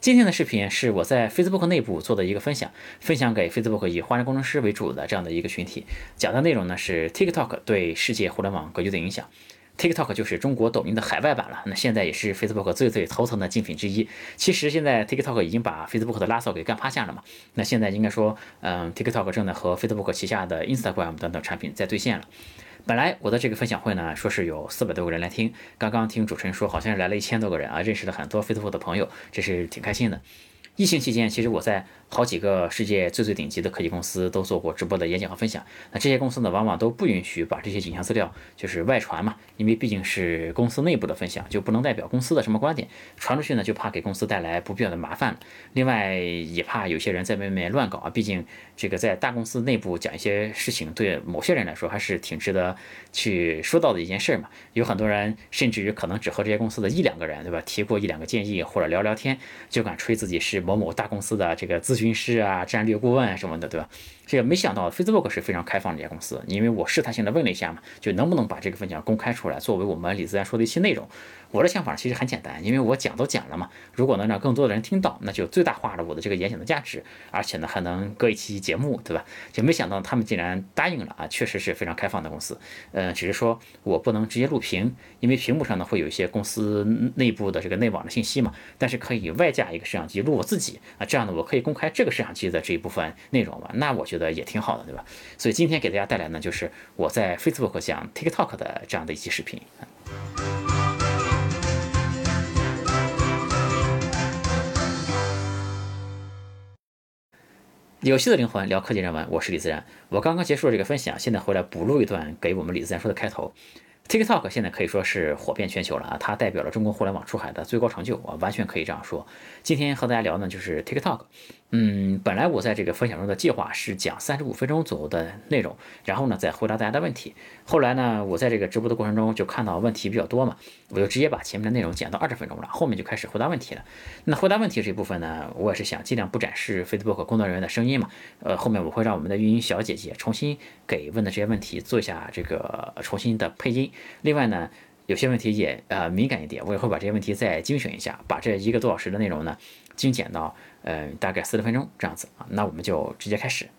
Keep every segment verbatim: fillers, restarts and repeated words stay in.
今天的视频是我在 Facebook 内部做的一个分享，分享给 Facebook 以华人工程师为主的这样的一个群体，讲的内容呢是 TikTok 对世界互联网格局的影响。TikTok 就是中国抖音的海外版了，那现在也是 Facebook 最最头层的竞品之一。其实现在 TikTok 已经把 Facebook 的拉扫给干趴下了嘛，那现在应该说，嗯 ，TikTok 正在和 Facebook 旗下的 Instagram 等等产品在兑现了。本来我的这个分享会呢，说是有四百多个人来听，刚刚听主持人说好像是来了一千多个人啊，认识了很多 Facebook 的朋友，这是挺开心的。疫情期间，其实我在好几个世界最最顶级的科技公司都做过直播的演讲和分享。那这些公司呢，往往都不允许把这些影像资料就是外传嘛，因为毕竟是公司内部的分享，就不能代表公司的什么观点，传出去呢就怕给公司带来不必要的麻烦。另外也怕有些人在外面乱搞啊，毕竟这个在大公司内部讲一些事情，对某些人来说还是挺值得去说到的一件事嘛。有很多人甚至于可能只和这些公司的一两个人，对吧，提过一两个建议或者聊聊天，就敢吹自己是某某大公司的这个咨询师啊、战略顾问啊什么的，对吧？这个没想到 Facebook 是非常开放的一家公司，因为我试探性的问了一下嘛，就能不能把这个分享公开出来，作为我们李自然说的一期内容。我的想法其实很简单，因为我讲都讲了嘛，如果能让更多的人听到，那就最大化了我的这个演讲的价值，而且呢还能搁一期节目，对吧？就没想到他们竟然答应了啊，确实是非常开放的公司。呃，只是说我不能直接录屏，因为屏幕上呢会有一些公司内部的这个内网的信息嘛，但是可以外架一个摄像机录我自己啊，这样呢我可以公开这个摄像机的这一部分内容嘛，那我觉得也挺好的，对吧？所以今天给大家带来呢，就是我在 Facebook 讲 TikTok 的这样的一期视频。有趣的灵魂聊科技人文，我是李自然。我刚刚结束了这个分享，现在回来补录一段给我们李自然说的开头。TikTok 现在可以说是火遍全球了啊，它代表了中国互联网出海的最高成就啊，完全可以这样说。今天和大家聊呢，就是 TikTok。嗯，本来我在这个分享中的计划是讲三十五分钟左右的内容，然后呢再回答大家的问题。后来呢，我在这个直播的过程中就看到问题比较多嘛，我就直接把前面的内容减到二十分钟了，后面就开始回答问题了。那回答问题这一部分呢，我也是想尽量不展示 Facebook 工作人员的声音嘛，呃，后面我会让我们的运营小姐姐重新给问的这些问题做一下这个重新的配音。另外呢，有些问题也呃敏感一点，我也会把这些问题再精选一下，把这一个多小时的内容呢精简到呃大概四十分钟这样子啊。那我们就直接开始。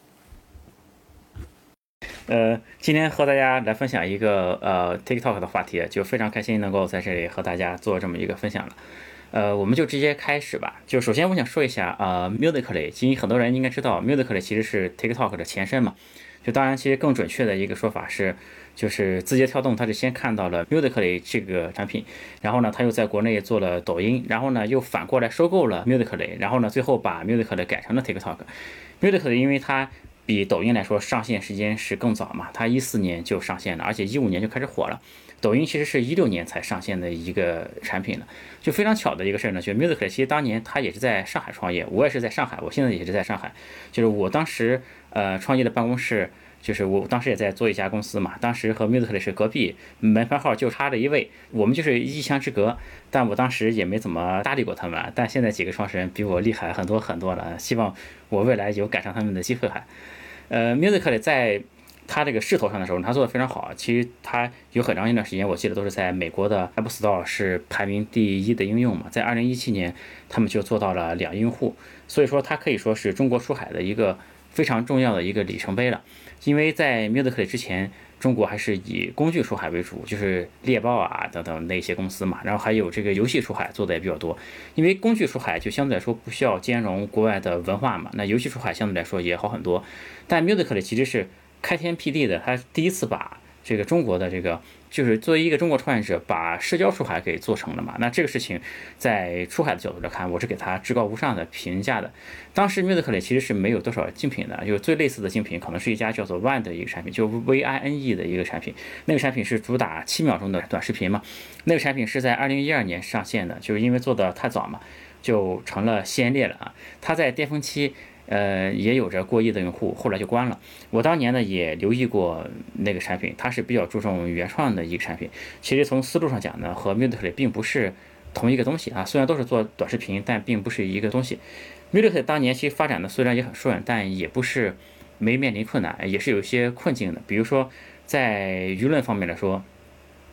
呃，今天和大家来分享一个呃 TikTok 的话题，就非常开心能够在这里和大家做这么一个分享了。呃，我们就直接开始吧。就首先我想说一下，呃 ，Musical.ly， 其实很多人应该知道 ，Musical.ly 其实是 TikTok 的前身嘛。就当然，其实更准确的一个说法是，就是字节跳动它是先看到了 Musical.ly 这个产品，然后呢，它又在国内做了抖音，然后呢又反过来收购了 Musical.ly， 然后呢最后把 Musical.ly 改成了 TikTok。Musical.ly 因为它比抖音来说上线时间是更早嘛，它一四年就上线了，而且一五年就开始火了。抖音其实是一六年才上线的一个产品了，就非常巧的一个事儿呢，就 Musical.ly 其实当年它也是在上海创业，我也是在上海，我现在也是在上海，就是我当时呃创业的办公室，就是我当时也在做一家公司嘛，当时和 Musical.ly 是隔壁，门牌号就差了一位，我们就是一墙之隔，但我当时也没怎么搭理过他们，但现在几个创始人比我厉害很多很多了，希望我未来有赶上他们的机会还。呃 Musical.ly 在它这个势头上的时候，它做的非常好。其实它有很长一段时间，我记得都是在美国的 App Store 是排名第一的应用嘛。在二零一七年，他们就做到了两亿用户，所以说它可以说是中国出海的一个非常重要的一个里程碑了。因为在 Musical.ly 之前，中国还是以工具出海为主，就是猎豹啊等等那些公司嘛，然后还有这个游戏出海做的也比较多。因为工具出海就相对来说不需要兼容国外的文化嘛，那游戏出海相对来说也好很多。但 Musical.ly 其实是开天辟地的，他第一次把这个中国的这个，就是作为一个中国创业者，把社交出海给做成了嘛。那这个事情在出海的角度来看，我是给他至高无上的评价的。当时 Musical.ly 其实是没有多少竞品的，就是最类似的竞品可能是一家叫做 Vine 的一个产品，就 V I N E 的一个产品。那个产品是主打七秒钟的短视频嘛。那个产品是在二零一二年上线的，就是因为做的太早嘛，就成了先烈了啊。它在巅峰期。呃，也有着过亿的用户，后来就关了。我当年呢也留意过那个产品，它是比较注重原创的一个产品。其实从思路上讲呢，和 Musical.ly 并不是同一个东西啊。虽然都是做短视频，但并不是一个东西。Musical.ly 当年其实发展的虽然也很顺，但也不是没面临困难，也是有一些困境的。比如说在舆论方面来说，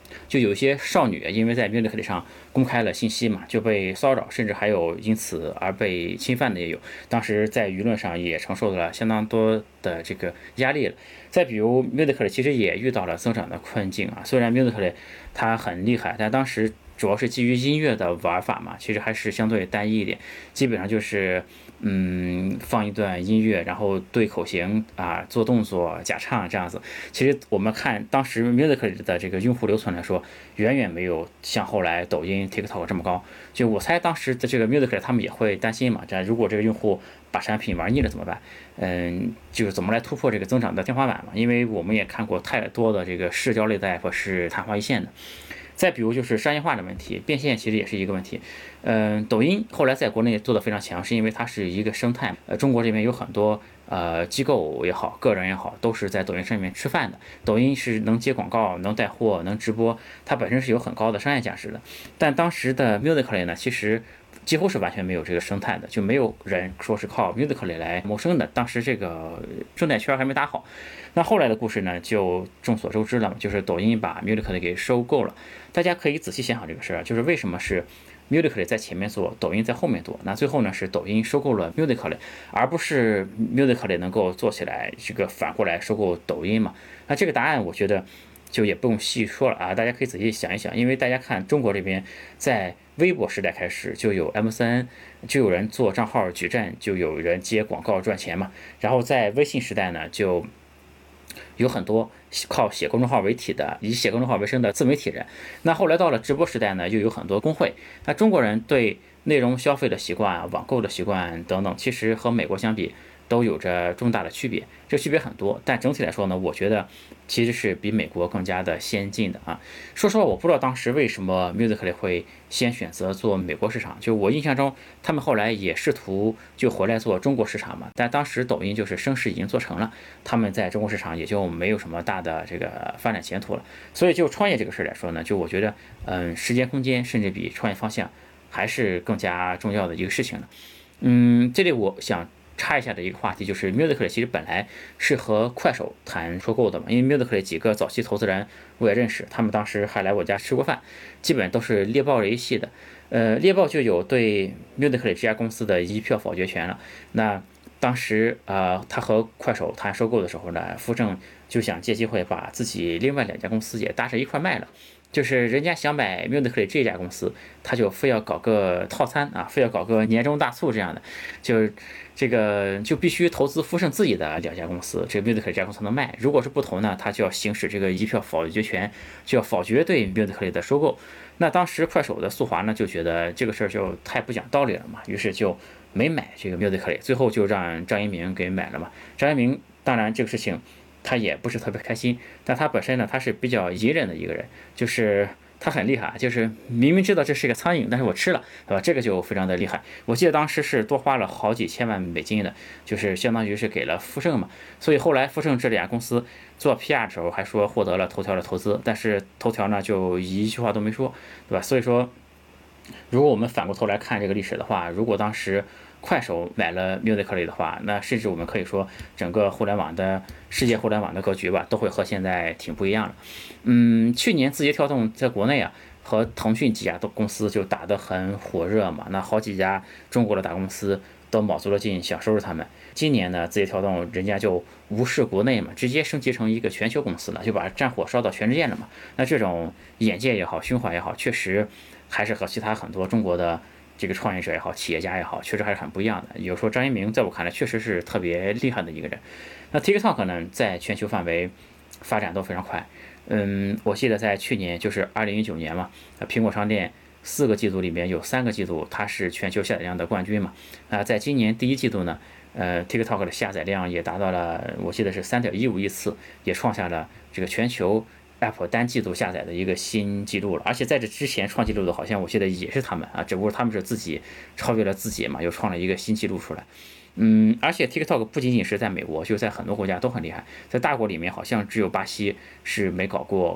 就有一些少女因为在 Musical.ly 上公开了信息嘛，就被骚扰，甚至还有因此而被侵犯的也有。当时在舆论上也承受了相当多的这个压力了。再比如 Musical.ly 其实也遇到了增长的困境啊，虽然 Musical.ly 它很厉害，但当时主要是基于音乐的玩法嘛，其实还是相对单一一点，基本上就是嗯放一段音乐，然后对口型啊做动作假唱这样子。其实我们看当时 Musical.ly 的这个用户留存来说，远远没有像后来抖音 TikTok 这么高。就我猜当时的这个 Musical.ly 他们也会担心嘛，这如果这个用户把产品玩腻了怎么办？嗯，就是怎么来突破这个增长的天花板嘛？因为我们也看过太多的这个社交类的 app 是昙花一现的。再比如就是商业化的问题，变现其实也是一个问题。嗯，抖音后来在国内做的非常强，是因为它是一个生态。呃，中国这边有很多呃机构也好，个人也好，都是在抖音上面吃饭的。抖音是能接广告、能带货、能直播，它本身是有很高的商业价值的。但当时的 Musical.ly 呢，其实几乎是完全没有这个生态的，就没有人说是靠 Musical.ly 来谋生的。当时这个生态圈还没打好。那后来的故事呢，就众所周知了，就是抖音把 Musical.ly 给收购了。大家可以仔细想想这个事儿，就是为什么是 Musical.ly 在前面做，抖音在后面做？那最后呢，是抖音收购了 Musical.ly， 而不是 Musical.ly 能够做起来，这个反过来收购抖音嘛？那这个答案我觉得就也不用细说了啊，大家可以仔细想一想，因为大家看中国这边在微博时代开始就有 M C N， 就有人做账号矩阵，就有人接广告赚钱嘛。然后在微信时代呢，就有很多靠写公众号为体的，以写公众号为生的自媒体人。那后来到了直播时代呢，又有很多公会。那中国人对内容消费的习惯、网购的习惯等等，其实和美国相比都有着重大的区别，这区别很多。但整体来说呢，我觉得其实是比美国更加的先进的啊。说实话，我不知道当时为什么 Musical.ly 会先选择做美国市场，就我印象中，他们后来也试图就回来做中国市场嘛。但当时抖音就是声势已经做成了，他们在中国市场也就没有什么大的这个发展前途了。所以就创业这个事来说呢，就我觉得，嗯，时间空间甚至比创业方向还是更加重要的一个事情了。嗯，这里我想插一下的一个话题就是 Musical.ly 其实本来是和快手谈收购的嘛，因为 Musical.ly 几个早期投资人我也认识，他们当时还来我家吃过饭，基本都是猎豹这一系的。呃，猎豹就有对 Musical.ly 这家公司的一票否决权了。那当时呃，他和快手谈收购的时候呢，傅正就想借机会把自己另外两家公司也搭着一块卖了。就是人家想买 Musical.ly 这家公司，他就非要搞个套餐啊，非要搞个年终大促这样的，就是这个就必须投资富盛自己的两家公司，这个 Musical.ly 这家公司能卖。如果是不投呢，他就要行使这个一票否决权，就要否决对 Musical.ly 的收购。那当时快手的速滑呢，就觉得这个事儿就太不讲道理了嘛，于是就没买这个 Musical.ly， 最后就让张一鸣给买了嘛。张一鸣当然这个事情他也不是特别开心，但他本身呢，他是比较隐忍的一个人，就是他很厉害，就是明明知道这是一个苍蝇，但是我吃了，对吧？这个就非常的厉害。我记得当时是多花了好几千万美金的，就是相当于是给了富盛嘛。所以后来富盛这两家公司做 P R 的时候还说获得了头条的投资，但是头条呢就一句话都没说，对吧？所以说，如果我们反过头来看这个历史的话，如果当时快手买了 Musical.ly 的话，那甚至我们可以说整个互联网的世界互联网的格局吧，都会和现在挺不一样的。嗯，去年字节跳动在国内啊和腾讯几家的公司就打得很火热嘛，那好几家中国的大公司都卯足了劲想收拾他们。今年呢，字节跳动人家就无视国内嘛，直接升级成一个全球公司了，就把战火烧到全世界了嘛。那这种眼界也好，胸怀也好，确实还是和其他很多中国的这个创业者也好，企业家也好，确实还是很不一样的。有时候张一鸣在我看来确实是特别厉害的一个人。那 TikTok 呢，在全球范围发展都非常快。嗯，我记得在去年就是二零一九年嘛，苹果商店四个季度里面有三个季度它是全球下载量的冠军嘛。啊，在今年第一季度呢，呃 ，TikTok 的下载量也达到了，我记得是三点一五亿次，也创下了这个全球App 单季度下载的一个新纪录了。而且在这之前创纪录的，好像我记得也是他们啊，只不过他们是自己超越了自己嘛，又创了一个新纪录出来。嗯，而且 TikTok 不仅仅是在美国，就在很多国家都很厉害。在大国里面，好像只有巴西是没搞过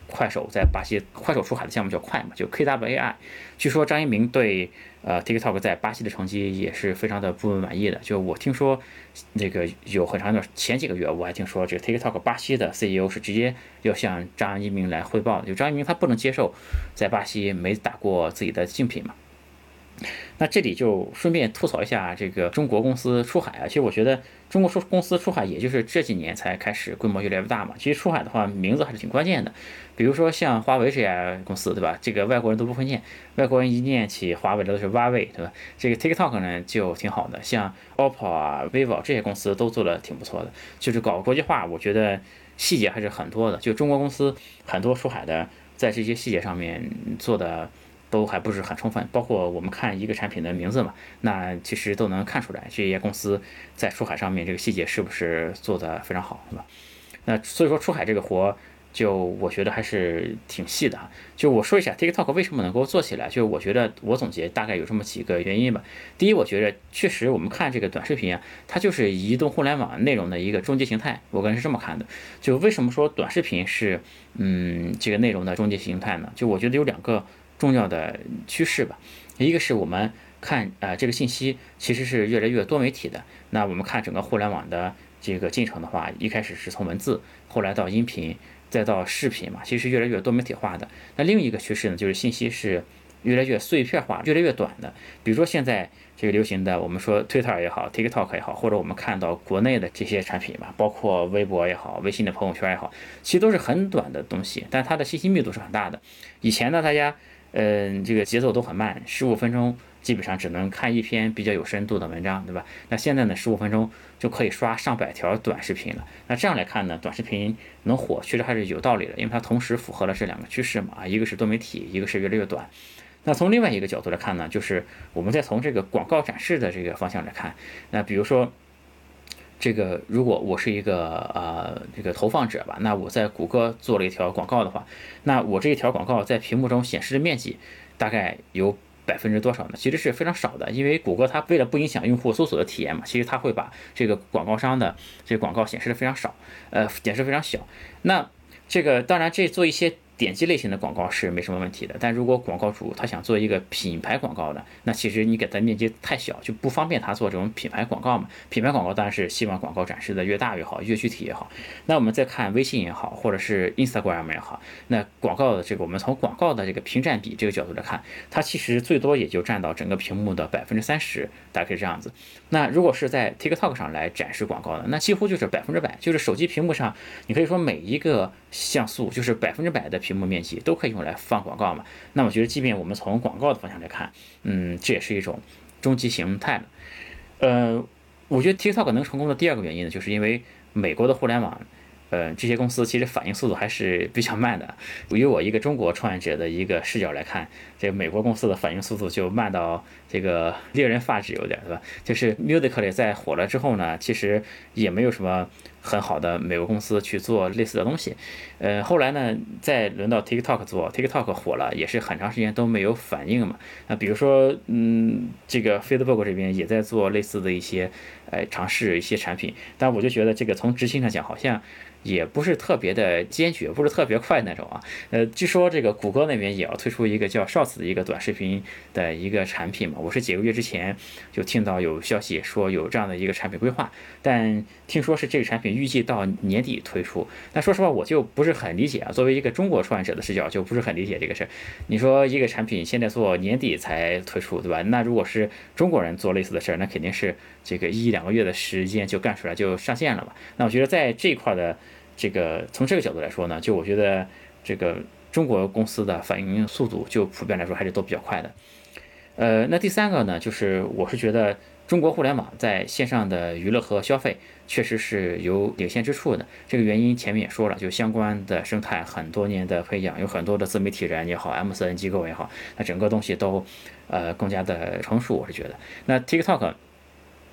快手在巴西，快手出海的项目叫快嘛，就 K W A I。据说张一鸣对呃 TikTok 在巴西的成绩也是非常的不满意的。就我听说，那个有很长一段前几个月，我还听说这个 TikTok 巴西的 C E O 是直接要向张一鸣来汇报的。就张一鸣他不能接受在巴西没打过自己的竞品嘛。那这里就顺便吐槽一下这个中国公司出海啊，其实我觉得中国出公司出海也就是这几年才开始规模越来越大嘛。其实出海的话，名字还是挺关键的，比如说像华为这家公司，对吧？这个外国人都不会念，外国人一念起华为的都是蛙位，对吧？这个 TikTok 呢就挺好的，像 O P P O 啊、vivo 这些公司都做的挺不错的，就是搞国际化，我觉得细节还是很多的。就中国公司很多出海的，在这些细节上面做的都还不是很充分，包括我们看一个产品的名字嘛，那其实都能看出来这些公司在出海上面这个细节是不是做得非常好，是吧？那所以说出海这个活，就我觉得还是挺细的啊。就我说一下 TikTok 为什么能够做起来，就我觉得我总结大概有这么几个原因吧。第一，我觉得确实我们看这个短视频啊，它就是移动互联网内容的一个终极形态，我个人是这么看的。就为什么说短视频是嗯这个内容的终极形态呢？就我觉得有两个重要的趋势吧，一个是我们看啊、呃、这个信息其实是越来越多媒体的。那我们看整个互联网的这个进程的话，一开始是从文字，后来到音频，再到视频嘛，其实越来越多媒体化的。那另一个趋势呢，就是信息是越来越碎片化，越来越短的。比如说现在这个流行的，我们说 Twitter 也好 ，TikTok 也好，或者我们看到国内的这些产品吧，包括微博也好，微信的朋友圈也好，其实都是很短的东西，但它的信息密度是很大的。以前呢，大家嗯、呃，这个节奏都很慢，十五分钟基本上只能看一篇比较有深度的文章，对吧？那现在呢，十五分钟就可以刷上百条短视频了。那这样来看呢，短视频能火，确实还是有道理的，因为它同时符合了这两个趋势嘛，一个是多媒体，一个是越来越短。那从另外一个角度来看呢，就是我们再从这个广告展示的这个方向来看，那比如说。这个如果我是一个呃这个投放者吧，那我在谷歌做了一条广告的话，那我这一条广告在屏幕中显示的面积大概有百分之多少呢？其实是非常少的，因为谷歌它为了不影响用户搜索的体验嘛，其实它会把这个广告商的这个广告显示的非常少，呃显示非常小。那这个当然这做一些点击类型的广告是没什么问题的，但如果广告主他想做一个品牌广告的，那其实你给他面积太小，就不方便他做这种品牌广告嘛。品牌广告当然是希望广告展示的越大越好，越具体也好。那我们再看微信也好，或者是 Instagram 也好，那广告的这个我们从广告的这个屏占比这个角度来看，它其实最多也就占到整个屏幕的百分之三十，大概是这样子。那如果是在 TikTok 上来展示广告的，那几乎就是百分之百，就是手机屏幕上，你可以说每一个像素就是百分之百的屏幕面积都可以用来放广告嘛。那我觉得，即便我们从广告的方向来看，嗯，这也是一种终极形态了。呃，我觉得 TikTok 能成功的第二个原因呢，就是因为美国的互联网。呃，这些公司其实反应速度还是比较慢的。以我一个中国创业者的一个视角来看，这个美国公司的反应速度就慢到这个令人发指，有点，对吧？就是 Musical.ly 在火了之后呢，其实也没有什么很好的美国公司去做类似的东西。呃，后来呢，再轮到 TikTok 做 ，TikTok 火了，也是很长时间都没有反应嘛。那比如说，嗯，这个 Facebook 这边也在做类似的一些，呃，尝试一些产品，但我就觉得这个从执行上讲，好像。也不是特别的坚决，不是特别快那种啊。呃，据说这个谷歌那边也要推出一个叫 Shorts 的一个短视频的一个产品嘛。我是几个月之前就听到有消息说有这样的一个产品规划，但听说是这个产品预计到年底推出。但说实话，我就不是很理解啊。作为一个中国创业者的视角，就不是很理解这个事儿。你说一个产品现在做年底才推出，对吧？那如果是中国人做类似的事儿，那肯定是这个一两个月的时间就干出来就上线了嘛。那我觉得在这一块的。这个从这个角度来说呢，就我觉得这个中国公司的反应速度就普遍来说还是都比较快的。呃，那第三个呢，就是我是觉得中国互联网在线上的娱乐和消费确实是有领先之处的。这个原因前面也说了，就相关的生态很多年的培养，有很多的自媒体人也好 ，M C N 机构也好，那整个东西都呃更加的成熟，我是觉得。那 TikTok。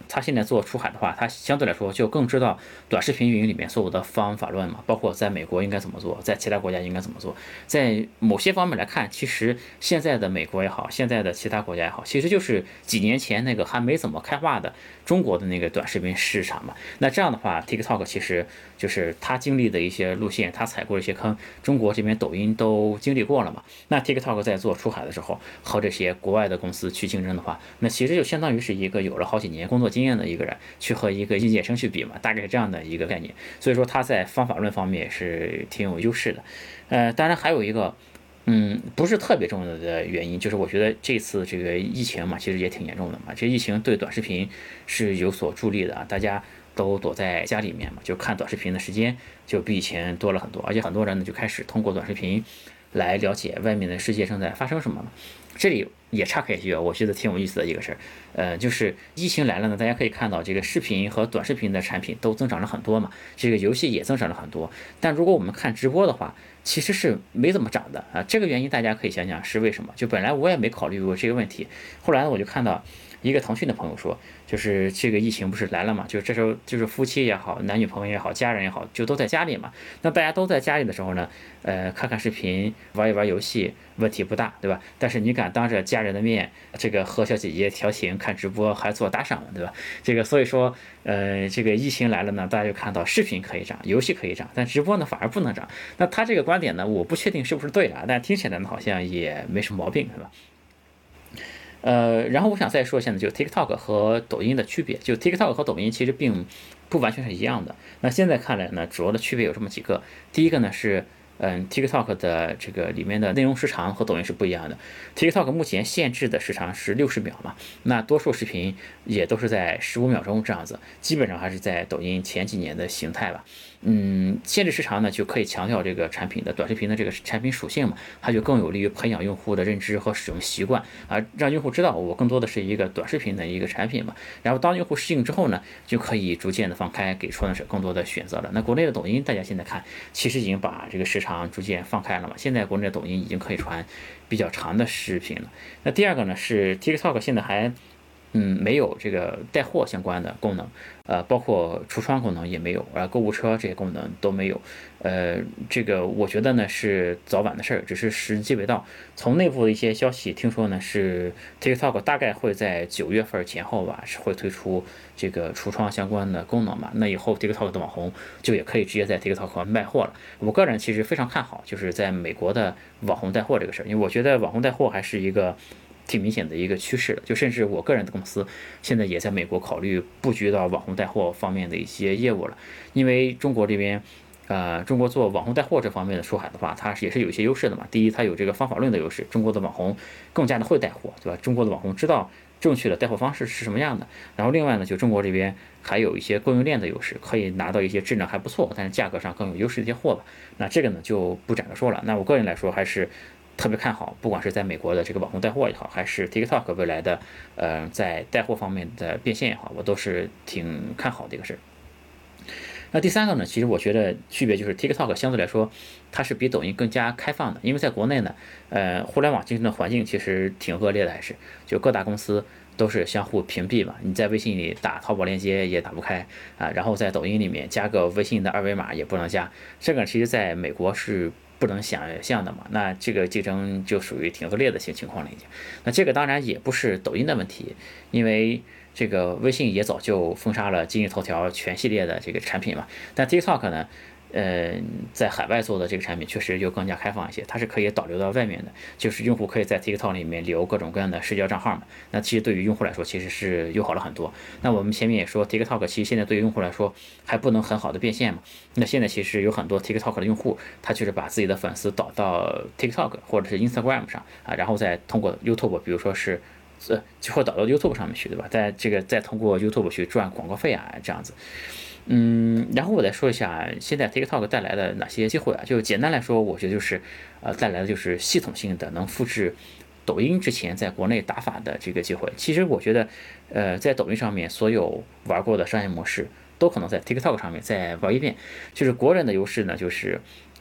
它现在做出海的话，它相对来说就更知道短视频运营里面所有的方法论嘛，包括在美国应该怎么做，在其他国家应该怎么做。在某些方面来看，其实现在的美国也好，现在的其他国家也好，其实就是几年前那个还没怎么开化的中国的那个短视频市场嘛。那这样的话 ，TikTok 其实就是它经历的一些路线，它踩过一些坑，中国这边抖音都经历过了嘛。那 TikTok 在做出海的时候，和这些国外的公司去竞争的话，那其实就相当于是一个有了好几年工作经验的一个人去和一个应届生去比嘛，大概是这样的一个概念。所以说他在方法论方面是挺有优势的。呃，当然还有一个。嗯，不是特别重要的原因，就是我觉得这次这个疫情嘛，其实也挺严重的嘛。这疫情对短视频是有所助力的啊，大家都躲在家里面嘛，就看短视频的时间就比以前多了很多，而且很多人呢就开始通过短视频来了解外面的世界正在发生什么了。这里也岔开一句，我觉得挺有意思的一个事儿，呃，就是疫情来了呢，大家可以看到这个视频和短视频的产品都增长了很多嘛，这个游戏也增长了很多。但如果我们看直播的话，其实是没怎么涨的啊。这个原因大家可以想想是为什么？就本来我也没考虑过这个问题，后来呢我就看到一个腾讯的朋友说，就是这个疫情不是来了嘛，就这时候就是夫妻也好，男女朋友也好，家人也好，就都在家里嘛。那大家都在家里的时候呢，呃，看看视频，玩一玩游戏，问题不大，对吧？但是你敢当着家人的面，这个和小姐姐调情、看直播，还做打赏，对吧？这个所以说，呃，这个疫情来了呢，大家就看到视频可以涨，游戏可以涨，但直播呢反而不能涨。那他这个观点呢，我不确定是不是对的，但听起来呢好像也没什么毛病，是吧？呃，然后我想再说一下呢，就 TikTok 和抖音的区别。就 TikTok 和抖音其实并不完全是一样的。那现在看来呢，主要的区别有这么几个。第一个呢是，嗯，TikTok 的这个里面的内容时长和抖音是不一样的。TikTok 目前限制的时长是六十秒嘛，那多数视频也都是在十五秒钟这样子，基本上还是在抖音前几年的形态吧。嗯，限制时长呢，就可以强调这个产品的短视频的这个产品属性嘛，它就更有利于培养用户的认知和使用习惯啊，让用户知道我更多的是一个短视频的一个产品嘛。然后当用户适应之后呢，就可以逐渐的放开，给创作者更多的选择了。那国内的抖音，大家现在看，其实已经把这个时长逐渐放开了嘛，现在国内的抖音已经可以传比较长的视频了。那第二个呢是 TikTok 现在还。嗯，没有这个带货相关的功能，呃，包括橱窗功能也没有，啊，购物车这些功能都没有，呃，这个我觉得呢是早晚的事儿，只是时机未到。从内部的一些消息听说呢，是 TikTok 大概会在九月份前后吧，是会推出这个橱窗相关的功能嘛。那以后 TikTok 的网红就也可以直接在 TikTok 卖货了。我个人其实非常看好，就是在美国的网红带货这个事儿，因为我觉得网红带货还是一个。挺明显的一个趋势的，就甚至我个人的公司现在也在美国考虑布局到网红带货方面的一些业务了，因为中国这边，呃，中国做网红带货这方面的出海的话，它也是有一些优势的嘛。第一，它有这个方法论的优势，中国的网红更加的会带货，对吧？中国的网红知道正确的带货方式是什么样的。然后另外呢，就中国这边还有一些供应链的优势，可以拿到一些质量还不错，但是价格上更有优势的一些货吧。那这个呢就不展开说了。那我个人来说还是。特别看好，不管是在美国的这个网红带货也好，还是 TikTok 未来的，呃，在带货方面的变现也好，我都是挺看好的一个事儿。那第三个呢，其实我觉得区别就是 TikTok 相对来说，它是比抖音更加开放的，因为在国内呢，呃，互联网竞争的环境其实挺恶劣的，还是就各大公司都是相互屏蔽嘛，你在微信里打淘宝链接也打不开啊，然后在抖音里面加个微信的二维码也不能加，这个其实在美国是。不能想象的嘛，那这个竞争就属于挺恶劣的情情况了已经。那这个当然也不是抖音的问题，因为这个微信也早就封杀了今日头条全系列的这个产品嘛。但 TikTok 呢，呃，在海外做的这个产品确实就更加开放一些，它是可以导流到外面的，就是用户可以在 TikTok 里面留各种各样的社交账号嘛。那其实对于用户来说，其实是友好了很多。那我们前面也说 TikTok 其实现在对于用户来说还不能很好的变现嘛。那现在其实有很多 TikTok 的用户，他就是把自己的粉丝导到 TikTok 或者是 Instagram 上啊，然后再通过 YouTube， 比如说是。呃，就会导到 YouTube 上面去，对吧？在这个再通过 YouTube 去赚广告费啊，这样子。嗯，然后我再说一下现在 TikTok 带来的哪些机会啊？就简单来说，我觉得就是，呃，带来的就是系统性的能复制抖音之前在国内打法的这个机会。其实我觉得，呃，在抖音上面所有玩过的商业模式，都可能在 TikTok 上面再玩一遍。就是国人的优势呢，就是。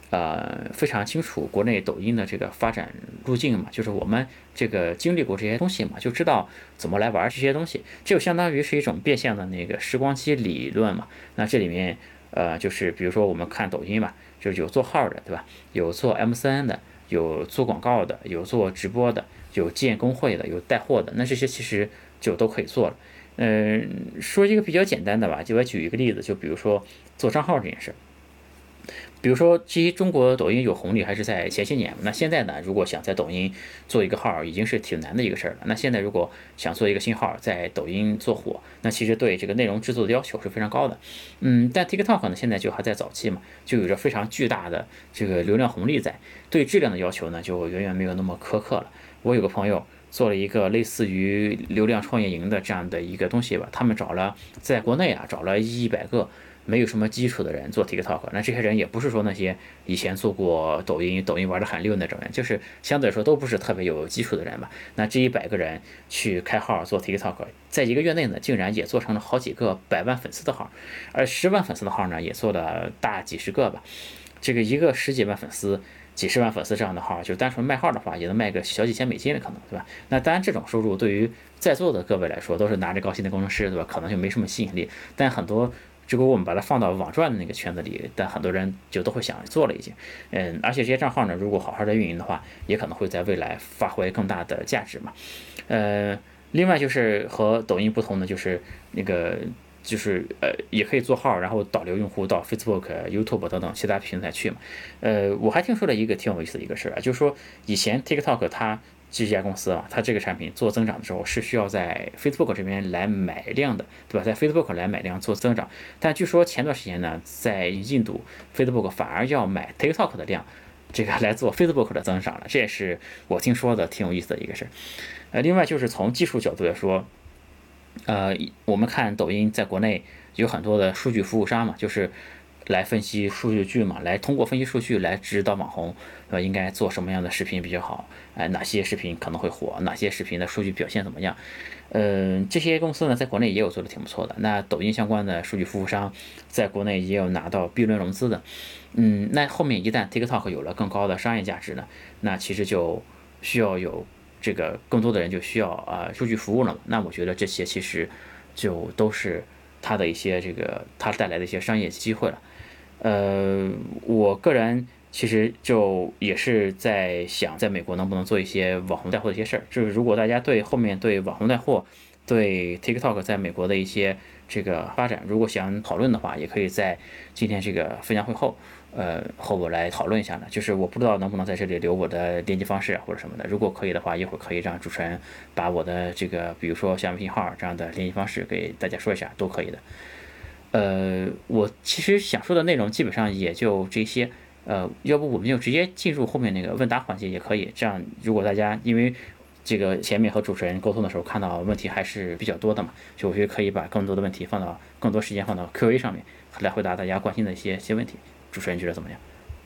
呃非常清楚国内抖音的这个发展路径嘛，就是我们这个经历过这些东西嘛，就知道怎么来玩这些东西，这就相当于是一种变相的那个时光机理论嘛。那这里面呃就是比如说我们看抖音嘛，就是有做号的，对吧？有做 M C N 的，有做广告的，有做直播的，有建工会的，有带货的，那这些其实就都可以做了。嗯，说一个比较简单的吧，就我举一个例子，就比如说做账号这件事。比如说，其实中国抖音有红利还是在前些年。那现在呢，如果想在抖音做一个号，已经是挺难的一个事儿了。那现在如果想做一个新号，在抖音做火，那其实对这个内容制作的要求是非常高的。嗯，但 TikTok 呢，现在就还在早期嘛，就有着非常巨大的这个流量红利在，对质量的要求呢，就远远没有那么苛刻了。我有个朋友做了一个类似于流量创业营的这样的一个东西吧，他们找了在国内啊，找了一百个没有什么基础的人做 TikTok，那这些人也不是说那些以前做过抖音、抖音玩的很溜那种人，就是相对来说都不是特别有基础的人吧。那这一百个人去开号做 TikTok，在一个月内呢，竟然也做成了好几个百万粉丝的号，而十万粉丝的号呢，也做了大几十个吧。这个一个十几万粉丝。几十万粉丝这样的号，就单纯卖号的话，也能卖个小几千美金的可能，对吧？那当然，这种收入对于在座的各位来说，都是拿着高薪的工程师，对吧？可能就没什么吸引力。但很多，如果我们把它放到网赚的那个圈子里，但很多人就都会想做了已经。嗯，而且这些账号呢，如果好好的运营的话，也可能会在未来发挥更大的价值嘛。呃，另外就是和抖音不同的就是那个。就是呃，也可以做号，然后导流用户到 Facebook、YouTube 等等其他平台去嘛。呃，我还听说了一个挺有意思的一个事儿啊，就是说以前 TikTok 它这家公司啊，它这个产品做增长的时候是需要在 Facebook 这边来买量的，对吧？在 Facebook 来买量做增长。但据说前段时间呢，在印度 Facebook 反而要买 TikTok 的量，这个来做 Facebook 的增长了，这也是我听说的挺有意思的一个事儿。呃，另外就是从技术角度来说。呃，我们看抖音在国内有很多的数据服务商嘛，就是来分析数据据嘛，来通过分析数据来指导网红，呃，应该做什么样的视频比较好，哎、呃，哪些视频可能会火，哪些视频的数据表现怎么样？嗯、呃，这些公司呢，在国内也有做的挺不错的。那抖音相关的数据服务商在国内也有拿到 B 轮融资的。嗯，那后面一旦 TikTok 有了更高的商业价值呢，那其实就需要有。这个更多的人就需要啊、呃、数据服务了嘛，那我觉得这些其实就都是它的一些这个它带来的一些商业机会了。呃，我个人其实就也是在想，在美国能不能做一些网红带货的一些事儿。就是如果大家对后面对网红带货、对 TikTok 在美国的一些这个发展，如果想讨论的话，也可以在今天这个分享会后。呃，和我来讨论一下呢，就是我不知道能不能在这里留我的联系方式啊或者什么的，如果可以的话，一会儿可以让主持人把我的这个，比如说像微信号这样的联系方式给大家说一下，都可以的。呃，我其实想说的内容基本上也就这些，呃，要不我们就直接进入后面那个问答环节也可以，这样如果大家因为这个前面和主持人沟通的时候看到问题还是比较多的嘛，就我觉得可以把更多的问题放到更多时间放到 Q A 上面来回答大家关心的一些一些问题。主持人觉得怎么样？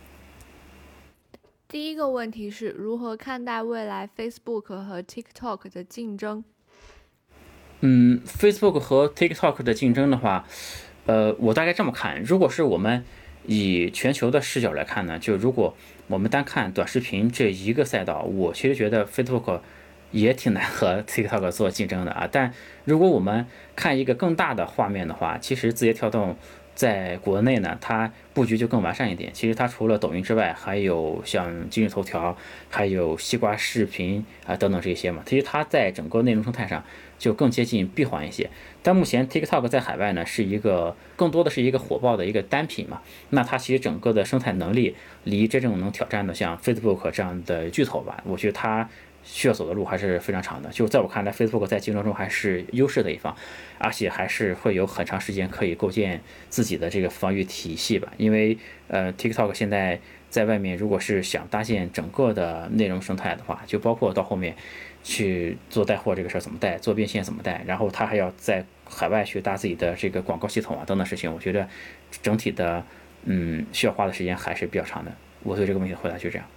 第一个问题是如何看待未来 Facebook 和 TikTok 的竞争？ 嗯，Facebook 和 TikTok 的竞争的话，呃，我大概这么看，如果是我们以全球的视角来看呢，就如果我们单看短视频这一个赛道，我其实觉得 Facebook 也挺难和 TikTok 做竞争的啊。但如果我们看一个更大的画面的话，其实字节跳动在国内呢，它布局就更完善一点。其实它除了抖音之外，还有像今日头条，还有西瓜视频啊等等这些嘛。其实它在整个内容生态上就更接近闭环一些。但目前 TikTok 在海外呢，是一个更多的是一个火爆的一个单品嘛。那它其实整个的生态能力离真正能挑战的像 Facebook 这样的巨头吧，我觉得它。需要走的路还是非常长的，就在我看来 ，Facebook 在竞争中还是优势的一方，而且还是会有很长时间可以构建自己的这个防御体系吧。因为呃，TikTok 现在在外面，如果是想搭建整个的内容生态的话，就包括到后面去做带货这个事儿怎么带，做变现怎么带，然后他还要在海外去搭自己的这个广告系统啊等等事情，我觉得整体的嗯需要花的时间还是比较长的。我对这个问题的回答就这样。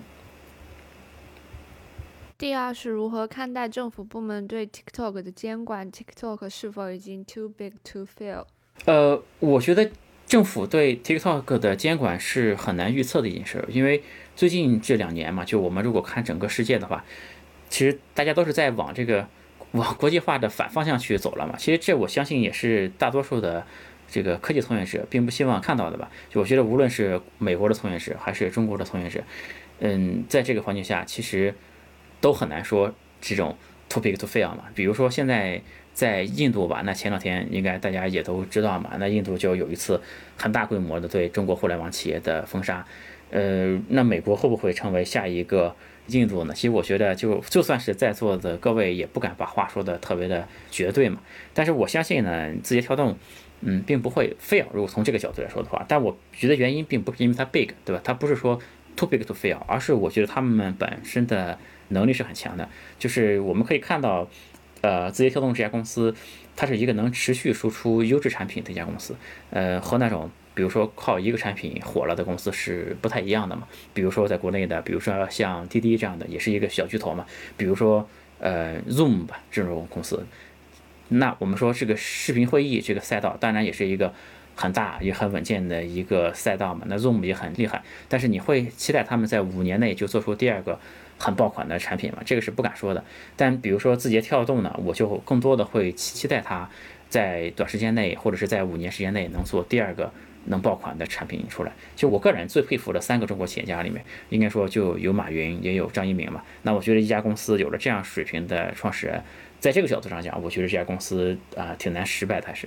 第二是如何看待政府部门对 TikTok 的监管 ？TikTok 是否已经 too big to fail？ 呃，我觉得政府对 TikTok 的监管是很难预测的一件事，因为最近这两年嘛，就我们如果看整个世界的话，其实大家都是在往这个往国际化的反方向去走了嘛。其实这我相信也是大多数的这个科技从业者并不希望看到的吧。就我觉得无论是美国的从业者还是中国的从业者，嗯，在这个环境下，其实都很难说这种 too big to fail 嘛。比如说现在在印度吧，那前两天应该大家也都知道嘛，那印度就有一次很大规模的对中国互联网企业的封杀。呃，那美国会不会成为下一个印度呢？其实我觉得就就算是在座的各位也不敢把话说的特别的绝对嘛。但是我相信呢，字节跳动，嗯，并不会 fail。如果从这个角度来说的话，但我觉得原因并不是因为它 big， 对吧？它不是说 too big to fail， 而是我觉得他们本身的能力是很强的。就是我们可以看到，呃，字节跳动这家公司，它是一个能持续输出优质产品的一家公司，呃，和那种比如说靠一个产品火了的公司是不太一样的嘛。比如说在国内的，比如说像滴滴这样的，也是一个小巨头嘛。比如说呃 Zoom 吧这种公司，那我们说这个视频会议这个赛道，当然也是一个很大也很稳健的一个赛道嘛。那 Zoom 也很厉害，但是你会期待他们在五年内就做出第二个很爆款的产品嘛？这个是不敢说的。但比如说字节跳动呢，我就更多的会期待它在短时间内或者是在五年时间内能做第二个能爆款的产品出来。就我个人最佩服的三个中国企业家里面，应该说就有马云，也有张一鸣嘛。那我觉得一家公司有了这样水平的创始人，在这个角度上讲，我觉得这家公司啊、呃、挺难失败的，还是。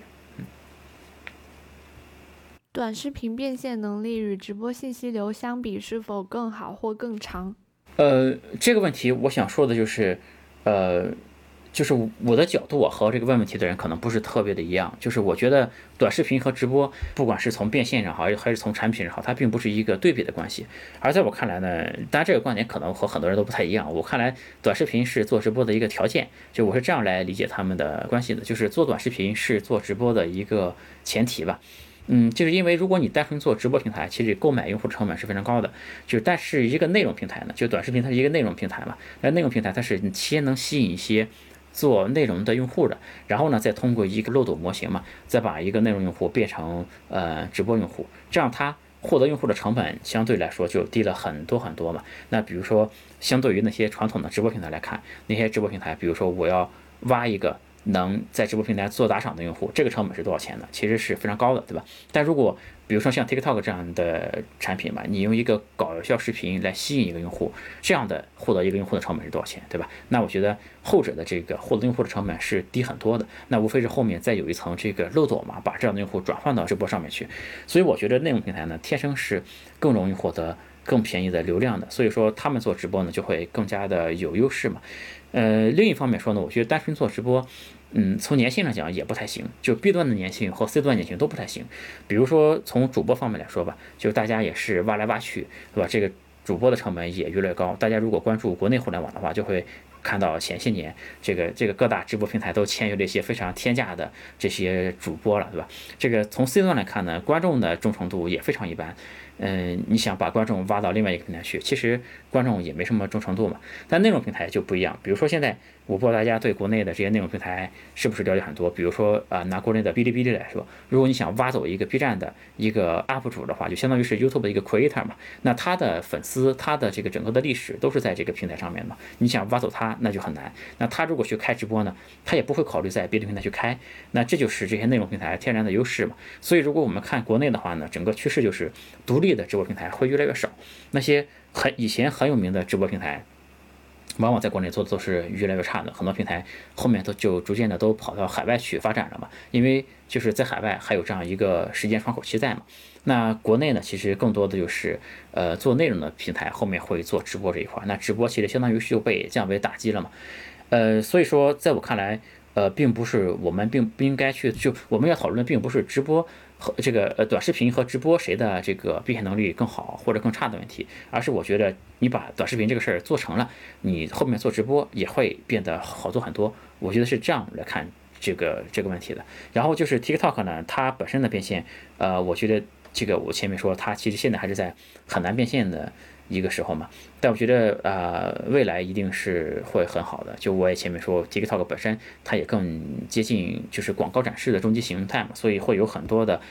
短视频变现能力与直播信息流相比，是否更好或更长？ 呃，这个问题我想说的就是，呃，就是我的角度啊和这个问问题的人可能不是特别的一样。就是我觉得短视频和直播，不管是从变现上好，还是从产品上好，它并不是一个对比的关系。而在我看来呢，当然这个观点可能和很多人都不太一样。我看来，短视频是做直播的一个条件，就我是这样来理解他们的关系的，就是做短视频是做直播的一个前提吧。嗯，就是因为如果你单纯做直播平台，其实购买用户成本是非常高的。就但是一个内容平台呢，就短视频它是一个内容平台嘛，那内容平台它是先能吸引一些做内容的用户的，然后呢再通过一个漏斗模型嘛，再把一个内容用户变成呃直播用户，这样它获得用户的成本相对来说就低了很多很多嘛。那比如说相对于那些传统的直播平台来看，那些直播平台，比如说我要挖一个能在直播平台做打赏的用户，这个成本是多少钱呢？其实是非常高的，对吧？但如果比如说像 TikTok 这样的产品嘛，你用一个搞笑视频来吸引一个用户，这样的获得一个用户的成本是多少钱，对吧？那我觉得后者的这个获得用户的成本是低很多的，那无非是后面再有一层这个漏斗嘛，把这样的用户转换到直播上面去。所以我觉得内容平台呢，天生是更容易获得更便宜的流量的，所以说他们做直播呢就会更加的有优势嘛。呃，另一方面说呢，我觉得单纯做直播，嗯，从年薪上讲也不太行，就 B 端的年薪和 C 端年薪都不太行。比如说从主播方面来说吧，就大家也是挖来挖去，对吧？这个主播的成本也越来越高。大家如果关注国内互联网的话，就会看到前些年这个这个各大直播平台都签约了一些非常天价的这些主播了，对吧？这个从 C 端来看呢，观众的忠诚度也非常一般。嗯，你想把观众挖到另外一个平台去，其实观众也没什么忠诚度嘛。但内容平台就不一样，比如说现在我不知道大家对国内的这些内容平台是不是了解很多，比如说啊、呃，拿国内的哔哩哔哩来说，如果你想挖走一个 B 站的一个 U P 主的话，就相当于是 YouTube 的一个 creator 嘛，那他的粉丝，他的这个整个的历史都是在这个平台上面嘛，你想挖走他那就很难。那他如果去开直播呢，他也不会考虑在别的平台去开，那这就是这些内容平台天然的优势嘛。所以如果我们看国内的话呢，整个趋势就是独立的直播平台会越来越少，那些很以前很有名的直播平台，往往在国内做的都是越来越差的，很多平台后面都就逐渐的都跑到海外去发展了嘛，因为就是在海外还有这样一个时间窗口期在嘛。那国内呢，其实更多的就是呃做内容的平台后面会做直播这一块，那直播其实相当于就被降维打击了嘛。呃，所以说在我看来，呃，并不是我们并不应该去就我们要讨论的并不是直播和这个呃短视频和直播谁的这个变现能力更好或者更差的问题，而是我觉得你把短视频这个事儿做成了，你后面做直播也会变得好做很多。我觉得是这样来看这个这个问题的。然后就是 TikTok 呢，它本身的变现，呃，我觉得这个我前面说它其实现在还是在很难变现的一个时候嘛，但我觉得呃未来一定是会很好的。就我也前面说 TikTok 本身它也更接近就是广告展示的终极形态嘛，所以会有很多的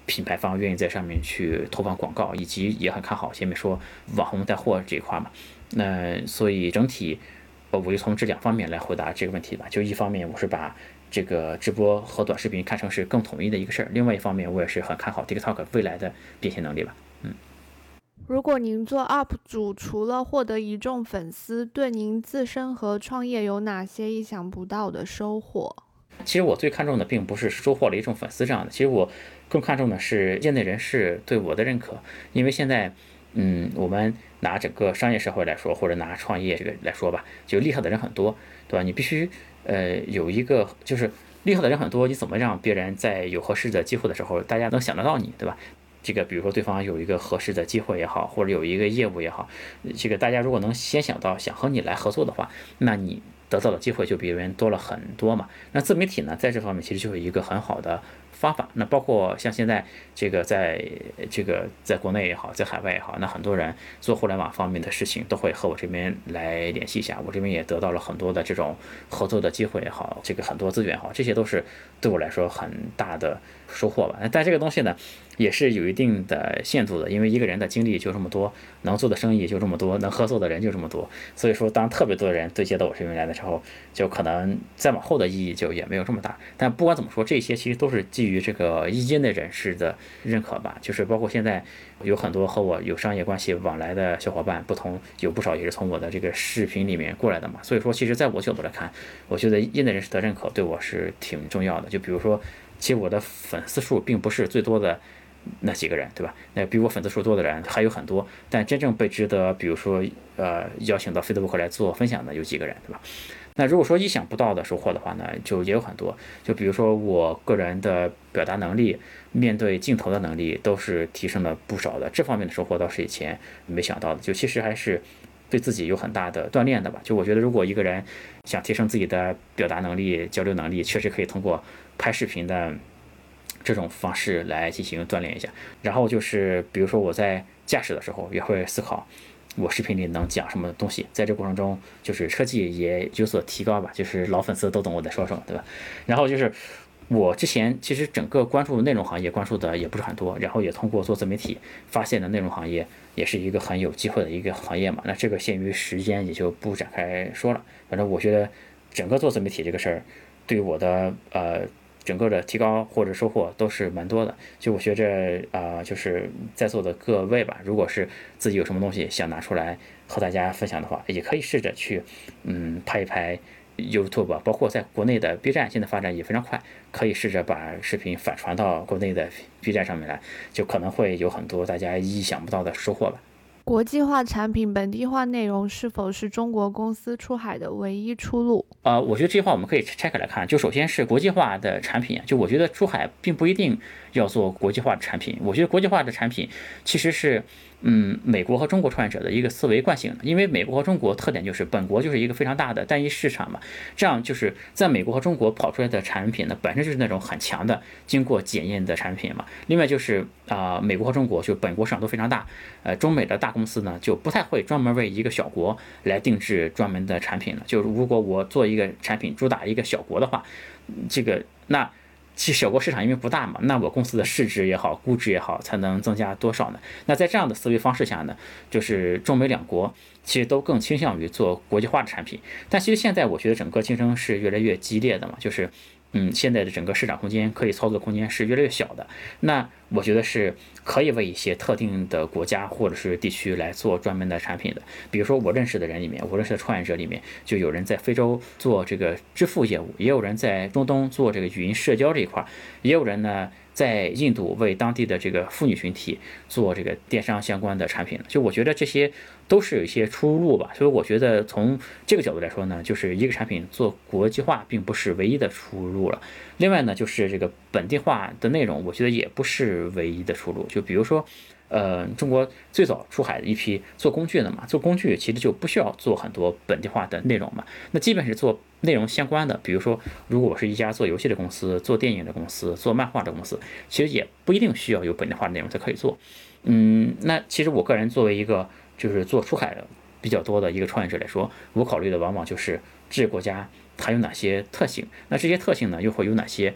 品牌方愿意在上面去投放广告，以及也很看好前面说网红带货这一块嘛。那所以整体，我就从这两方面来回答这个问题吧。就一方面，我是把这个直播和短视频看成是更统一的一个事儿；另外一方面，我也是很看好 TikTok 未来的变现能力吧。嗯。 如果您做 U P 主，除了获得一众粉丝，对您自身和创业有哪些意想不到的收获？ 其实我最看重的并不是收获了一众粉丝这样的，其实我更看重的是业内人士对我的认可。因为现在，嗯，我们拿整个商业社会来说，或者拿创业这个来说吧，就厉害的人很多，对吧？你必须呃有一个就是厉害的人很多，你怎么让别人在有合适的机会的时候，大家能想得到你，对吧？这个比如说对方有一个合适的机会也好，或者有一个业务也好，这个大家如果能先想到想和你来合作的话，那你得到的机会就比别人多了很多嘛。那自媒体呢，在这方面其实就有一个很好的方法。那包括像现在这个在这个在国内也好，在海外也好，那很多人做互联网方面的事情都会和我这边来联系一下，我这边也得到了很多的这种合作的机会也好，这个很多资源也好，这些都是对我来说很大的收获吧。但这个东西呢，也是有一定的限度的，因为一个人的精力就这么多，能做的生意就这么多，能合作的人就这么多，所以说当特别多的人对接到我这边来的时候，就可能再往后的意义就也没有这么大。但不管怎么说，这些其实都是基于这个业内人士的认可吧，就是包括现在有很多和我有商业关系往来的小伙伴，不同有不少也是从我的这个视频里面过来的嘛。所以说，其实在我角度来看，我觉得业内人士的认可对我是挺重要的。就比如说，其实我的粉丝数并不是最多的那几个人，对吧？那比我粉丝数多的人还有很多，但真正被值得，比如说呃邀请到 Facebook 来做分享的有几个人，对吧？那如果说意想不到的收获的话呢，就也有很多。就比如说我个人的表达能力，面对镜头的能力都是提升了不少的，这方面的收获倒是以前没想到的。就其实还是对自己有很大的锻炼的吧。就我觉得，如果一个人想提升自己的表达能力、交流能力，确实可以通过拍视频的这种方式来进行锻炼一下。然后就是比如说我在驾驶的时候也会思考我视频里能讲什么东西，在这过程中就是车技也有所提高吧，就是老粉丝都懂我在说什么，对吧？然后就是我之前其实整个关注内容行业关注的也不是很多，然后也通过做自媒体发现的内容行业也是一个很有机会的一个行业嘛。那这个限于时间也就不展开说了。反正我觉得整个做自媒体这个事儿对于我的呃整个的提高或者收获都是蛮多的。就我觉着啊、呃，就是在座的各位吧，如果是自己有什么东西想拿出来和大家分享的话，也可以试着去嗯拍一拍 YouTube， 包括在国内的 B 站现在发展也非常快，可以试着把视频反传到国内的 B 站上面来，就可能会有很多大家意想不到的收获吧。 国际化产品本地化内容是否是中国公司出海的唯一出路？ 呃，我觉得这些话我们可以拆开来看。就首先是国际化的产品，就我觉得出海并不一定要做国际化的产品。我觉得国际化的产品其实是，嗯，美国和中国创业者的一个思维惯性的。因为美国和中国特点就是本国就是一个非常大的单一市场嘛，这样就是在美国和中国跑出来的产品呢，本身就是那种很强的经过检验的产品嘛。另外就是啊、呃，美国和中国就本国市场都非常大，呃，中美的大公司呢就不太会专门为一个小国来定制专门的产品了。就如果我做一个产品主打一个小国的话，这个那其实小国市场因为不大嘛，那我公司的市值也好，估值也好，才能增加多少呢？那在这样的思维方式下呢，就是中美两国其实都更倾向于做国际化的产品。但其实现在我觉得整个竞争是越来越激烈的嘛，就是嗯，现在的整个市场空间可以操作空间是越来越小的。那我觉得是可以为一些特定的国家或者是地区来做专门的产品的。比如说我认识的人里面，我认识的创业者里面，就有人在非洲做这个支付业务，也有人在中东做这个语音社交这一块，也有人呢在印度为当地的这个妇女群体做这个电商相关的产品。就我觉得这些都是有一些出路吧。所以我觉得从这个角度来说呢，就是一个产品做国际化并不是唯一的出路了。另外呢，就是这个本地化的内容，我觉得也不是唯一的出路。就比如说，呃，中国最早出海的一批做工具的嘛，做工具其实就不需要做很多本地化的内容嘛。那基本是做内容相关的，比如说，如果我是一家做游戏的公司、做电影的公司、做漫画的公司，其实也不一定需要有本地化的内容才可以做。嗯，那其实我个人作为一个就是做出海的比较多的一个创业者来说，我考虑的往往就是这个国家它有哪些特性，那这些特性呢又会有哪些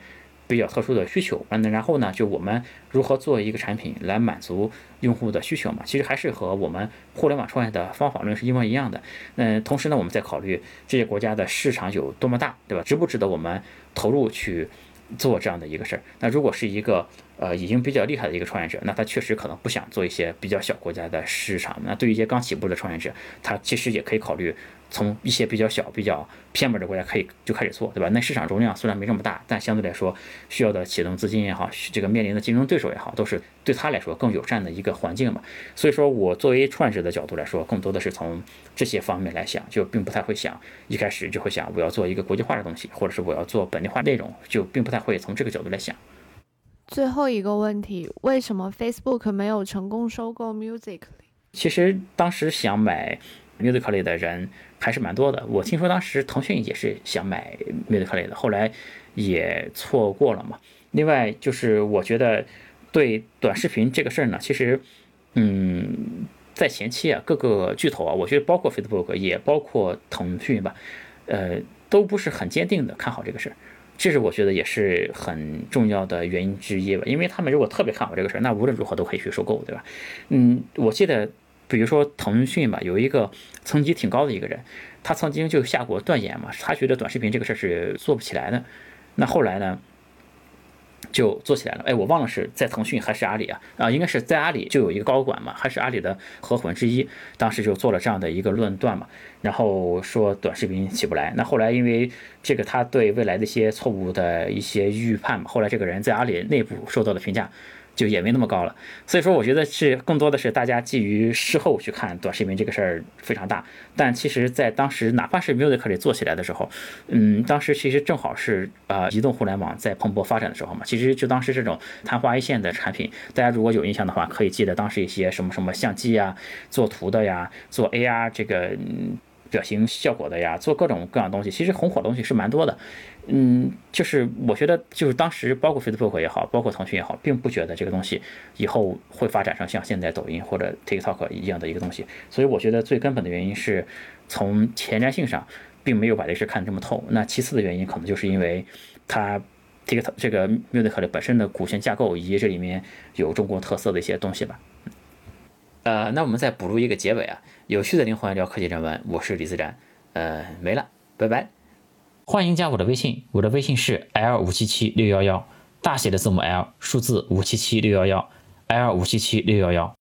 比较特殊的需求，嗯，然后呢，就我们如何做一个产品来满足用户的需求嘛？其实还是和我们互联网创业的方法论是一模一样的。那同时呢，我们在考虑这些国家的市场有多么大，对吧？值不值得我们投入去做这样的一个事儿？那如果是一个呃已经比较厉害的一个创业者，那他确实可能不想做一些比较小国家的市场。那对于一些刚起步的创业者，他其实也可以考虑从一些比较小、比较偏门的国家可以就开始做，对吧？那市场容量虽然没这么大，但相对来说需要的启动资金也好，这个面临的竞争对手也好，都是对他来说更友善的一个环境嘛。所以说我作为创业者的角度来说，更多的是从这些方面来想，就并不太会想一开始就会想我要做一个国际化的东西，或者是我要做本地化内容，就并不太会从这个角度来想。 最后一个问题，为什么 Facebook 没有成功收购 Musical.ly？ 其实当时想买 Musical.ly 的人还是蛮多的，我听说当时腾讯也是想买 Musical.ly 的，后来也错过了嘛。另外就是我觉得对短视频这个事儿呢，其实嗯，在前期啊，各个巨头啊，我觉得包括 Facebook 也包括腾讯吧，呃，都不是很坚定的看好这个事儿。这是我觉得也是很重要的原因之一吧，因为他们如果特别看好这个事儿，那无论如何都可以去收购，对吧？嗯，我记得，比如说腾讯吧，有一个层级挺高的一个人，他曾经就下过断言嘛，他觉得短视频这个事儿是做不起来的。那后来呢，就做起来了。哎，我忘了是在腾讯还是阿里啊？啊，应该是在阿里就有一个高管嘛，还是阿里的合伙人之一，当时就做了这样的一个论断嘛，然后说短视频起不来。那后来因为这个他对未来的一些错误的一些预判嘛，后来这个人在阿里内部受到的评价就也没那么高了。所以说我觉得是更多的是大家基于事后去看短视频这个事儿非常大，但其实在当时哪怕是 Musical.ly 做起来的时候，嗯，当时其实正好是啊、呃、移动互联网在蓬勃发展的时候嘛，其实就当时这种昙花一现的产品，大家如果有印象的话，可以记得当时一些什么什么相机呀、做图的呀、做 A R 这个嗯表情效果的呀，做各种各样的东西，其实红火的东西是蛮多的。嗯，就是我觉得，就是当时包括 Facebook 也好，包括腾讯也好，并不觉得这个东西以后会发展成像现在抖音或者 TikTok 一样的一个东西。所以我觉得最根本的原因是从前瞻性上，并没有把这事看得这么透。那其次的原因可能就是因为它这个这个 Musical.ly 本身的股权架构以及这里面有中国特色的一些东西吧。呃，那我们再补录一个结尾啊，有趣的灵魂聊科技人文，我是李自然，呃，没了，拜拜。欢迎加我的微信，我的微信是 L 五七七六一一，大写的字母 L，数字五七七六一一 ，L 五七七六一一。